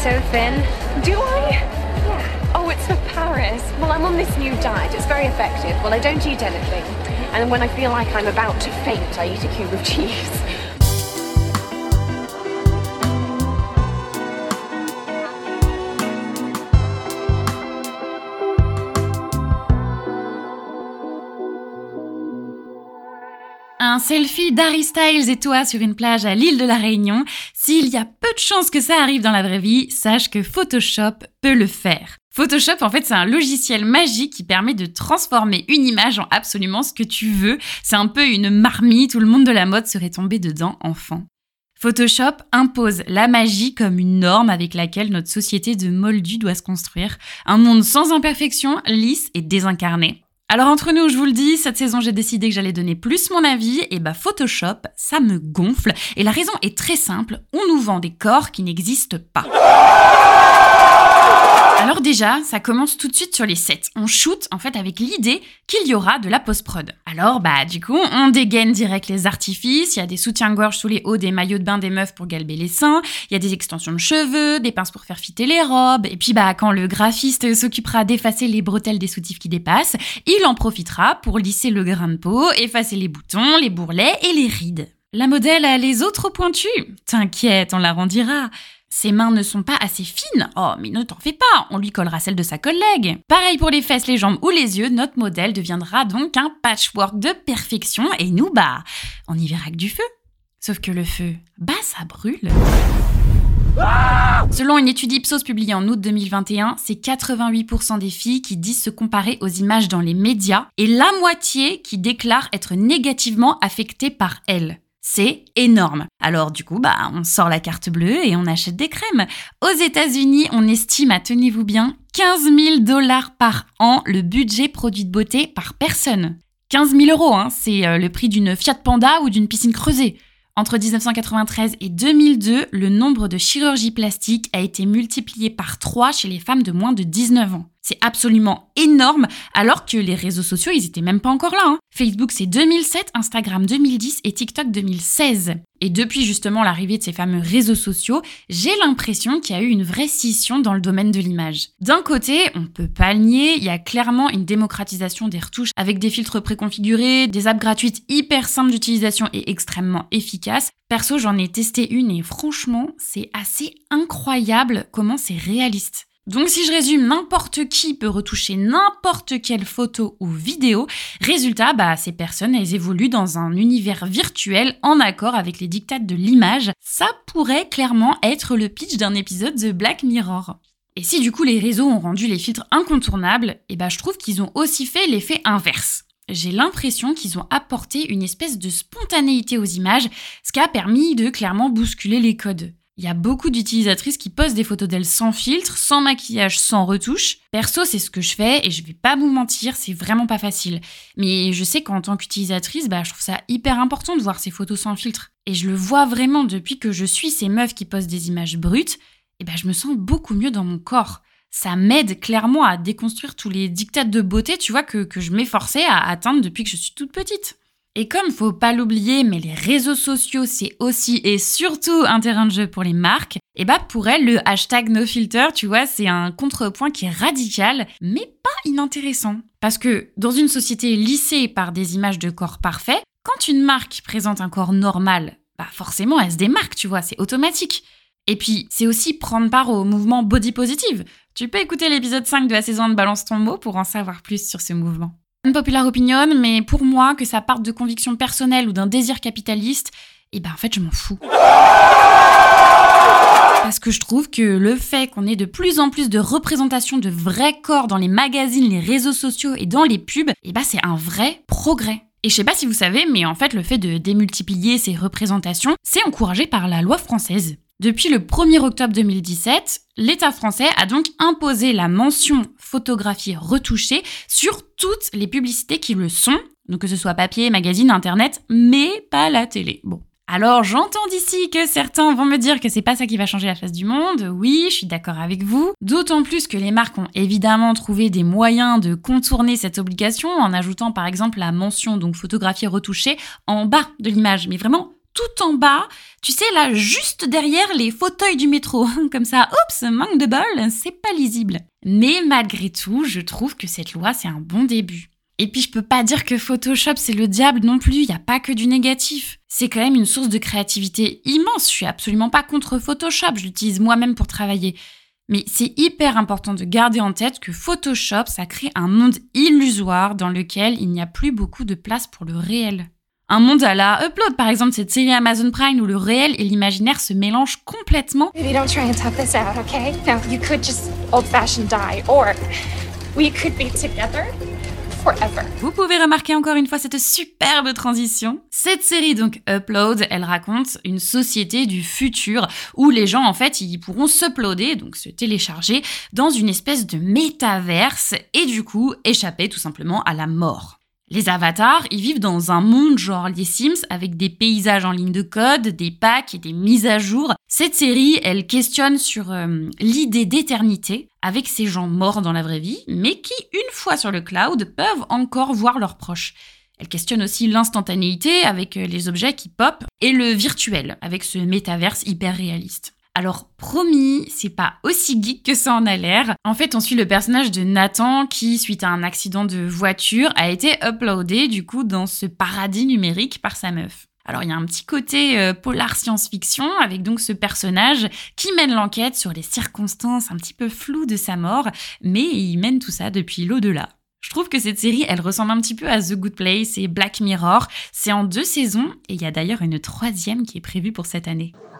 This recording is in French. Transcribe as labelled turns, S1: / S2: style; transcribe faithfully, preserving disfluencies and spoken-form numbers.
S1: so thin. Do I? Yeah. Oh, it's for Paris. Well, I'm on this new diet. It's very effective. Well, I don't eat anything. And when I feel like I'm about to faint, I eat a cube of cheese.
S2: Un selfie d'Harry Styles et toi sur une plage à l'île de la Réunion, s'il y a peu de chances que ça arrive dans la vraie vie, sache que Photoshop peut le faire. Photoshop, en fait, c'est un logiciel magique qui permet de transformer une image en absolument ce que tu veux. C'est un peu une marmite où le monde de la mode serait tombé dedans enfant. Photoshop impose la magie comme une norme avec laquelle notre société de moldus doit se construire. Un monde sans imperfection, lisse et désincarné. Alors entre nous, je vous le dis, cette saison j'ai décidé que j'allais donner plus mon avis, et bah Photoshop, ça me gonfle, et la raison est très simple, on nous vend des corps qui n'existent pas. Alors déjà, ça commence tout de suite sur les sets. On shoot en fait avec l'idée qu'il y aura de la post-prod. Alors bah du coup, on dégaine direct les artifices, il y a des soutiens-gorge sous les hauts des maillots de bain des meufs pour galber les seins, il y a des extensions de cheveux, des pinces pour faire fitter les robes, et puis bah quand le graphiste s'occupera d'effacer les bretelles des soutifs qui dépassent, il en profitera pour lisser le grain de peau, effacer les boutons, les bourrelets et les rides. La modèle a les os trop pointus. T'inquiète, on l'arrondira. Ses mains ne sont pas assez fines. Oh, mais ne t'en fais pas, on lui collera celle de sa collègue. Pareil pour les fesses, les jambes ou les yeux, notre modèle deviendra donc un patchwork de perfection et nous, bah, on y verra que du feu. Sauf que le feu, bah, ça brûle. Selon une étude Ipsos publiée en août deux mille vingt et un, c'est quatre-vingt-huit pour cent des filles qui disent se comparer aux images dans les médias et la moitié qui déclarent être négativement affectées par elles. C'est énorme. Alors du coup, bah, on sort la carte bleue et on achète des crèmes. Aux États-Unis, on estime à, tenez-vous bien, quinze mille dollars par an le budget produit de beauté par personne. quinze mille euros, hein, c'est euh, le prix d'une Fiat Panda ou d'une piscine creusée. Entre dix-neuf cent quatre-vingt-treize et deux mille deux, le nombre de chirurgies plastiques a été multiplié par trois chez les femmes de moins de dix-neuf ans. C'est absolument énorme, alors que les réseaux sociaux, ils étaient même pas encore là. Hein. Facebook, c'est deux mille sept, Instagram deux mille dix et TikTok deux mille seize. Et depuis justement l'arrivée de ces fameux réseaux sociaux, j'ai l'impression qu'il y a eu une vraie scission dans le domaine de l'image. D'un côté, on peut pas le nier, il y a clairement une démocratisation des retouches avec des filtres préconfigurés, des apps gratuites hyper simples d'utilisation et extrêmement efficaces. Perso, j'en ai testé une et franchement, c'est assez incroyable comment c'est réaliste. Donc si je résume, n'importe qui peut retoucher n'importe quelle photo ou vidéo. Résultat, bah, ces personnes, elles évoluent dans un univers virtuel en accord avec les dictats de l'image. Ça pourrait clairement être le pitch d'un épisode de Black Mirror. Et si du coup les réseaux ont rendu les filtres incontournables, eh bah, je trouve qu'ils ont aussi fait l'effet inverse. J'ai l'impression qu'ils ont apporté une espèce de spontanéité aux images, ce qui a permis de clairement bousculer les codes. Il y a beaucoup d'utilisatrices qui postent des photos d'elles sans filtre, sans maquillage, sans retouche. Perso, c'est ce que je fais et je vais pas vous mentir, c'est vraiment pas facile. Mais je sais qu'en tant qu'utilisatrice, bah, je trouve ça hyper important de voir ces photos sans filtre. Et je le vois vraiment depuis que je suis ces meufs qui postent des images brutes, et bah, je me sens beaucoup mieux dans mon corps. Ça m'aide clairement à déconstruire tous les dictats de beauté, tu vois, que, que je m'efforçais à atteindre depuis que je suis toute petite. Et comme faut pas l'oublier, mais les réseaux sociaux, c'est aussi et surtout un terrain de jeu pour les marques, et bah pour elles, le hashtag NoFilter, tu vois, c'est un contrepoint qui est radical, mais pas inintéressant. Parce que dans une société lissée par des images de corps parfaits, quand une marque présente un corps normal, bah forcément elle se démarque, tu vois, c'est automatique. Et puis, c'est aussi prendre part au mouvement body positive. Tu peux écouter l'épisode cinq de la saison de Balance ton mot pour en savoir plus sur ce mouvement. Une populaire opinion, mais pour moi, que ça parte de convictions personnelles ou d'un désir capitaliste, eh ben en fait, je m'en fous. Parce que je trouve que le fait qu'on ait de plus en plus de représentations de vrais corps dans les magazines, les réseaux sociaux et dans les pubs, eh ben c'est un vrai progrès. Et je sais pas si vous savez, mais en fait, le fait de démultiplier ces représentations, c'est encouragé par la loi française. Depuis le premier octobre deux mille dix-sept, l'État français a donc imposé la mention photographie retouchée sur toutes les publicités qui le sont, donc que ce soit papier, magazine, internet, mais pas la télé. Bon. Alors j'entends d'ici que certains vont me dire que c'est pas ça qui va changer la face du monde. Oui, je suis d'accord avec vous. D'autant plus que les marques ont évidemment trouvé des moyens de contourner cette obligation en ajoutant par exemple la mention donc photographie retouchée en bas de l'image, mais vraiment tout en bas, tu sais, là, juste derrière les fauteuils du métro. Comme ça, oups, manque de bol, c'est pas lisible. Mais malgré tout, je trouve que cette loi, c'est un bon début. Et puis, je peux pas dire que Photoshop, c'est le diable non plus, il y a pas que du négatif. C'est quand même une source de créativité immense, je suis absolument pas contre Photoshop, je l'utilise moi-même pour travailler. Mais c'est hyper important de garder en tête que Photoshop, ça crée un monde illusoire dans lequel il n'y a plus beaucoup de place pour le réel. Un monde à la Upload, par exemple, cette série Amazon Prime où le réel et l'imaginaire se mélangent complètement.
S1: Maybe don't try and tough this out, okay? Now, you could just old-fashioned die, or we could be together forever.
S2: Vous pouvez remarquer encore une fois cette superbe transition. Cette série, donc Upload, elle raconte une société du futur où les gens, en fait, ils pourront s'uploader, donc se télécharger, dans une espèce de métaverse et du coup échapper tout simplement à la mort. Les avatars, ils vivent dans un monde genre les Sims avec des paysages en ligne de code, des packs et des mises à jour. Cette série, elle questionne sur euh, l'idée d'éternité avec ces gens morts dans la vraie vie, mais qui, une fois sur le cloud, peuvent encore voir leurs proches. Elle questionne aussi l'instantanéité avec les objets qui pop et le virtuel avec ce métaverse hyper réaliste. Alors, promis, c'est pas aussi geek que ça en a l'air. En fait, on suit le personnage de Nathan qui, suite à un accident de voiture, a été uploadé du coup dans ce paradis numérique par sa meuf. Alors, il y a un petit côté euh, polar science-fiction avec donc ce personnage qui mène l'enquête sur les circonstances un petit peu floues de sa mort, mais il mène tout ça depuis l'au-delà. Je trouve que cette série, elle ressemble un petit peu à The Good Place et Black Mirror. C'est en deux saisons et il y a d'ailleurs une troisième qui est prévue pour cette année.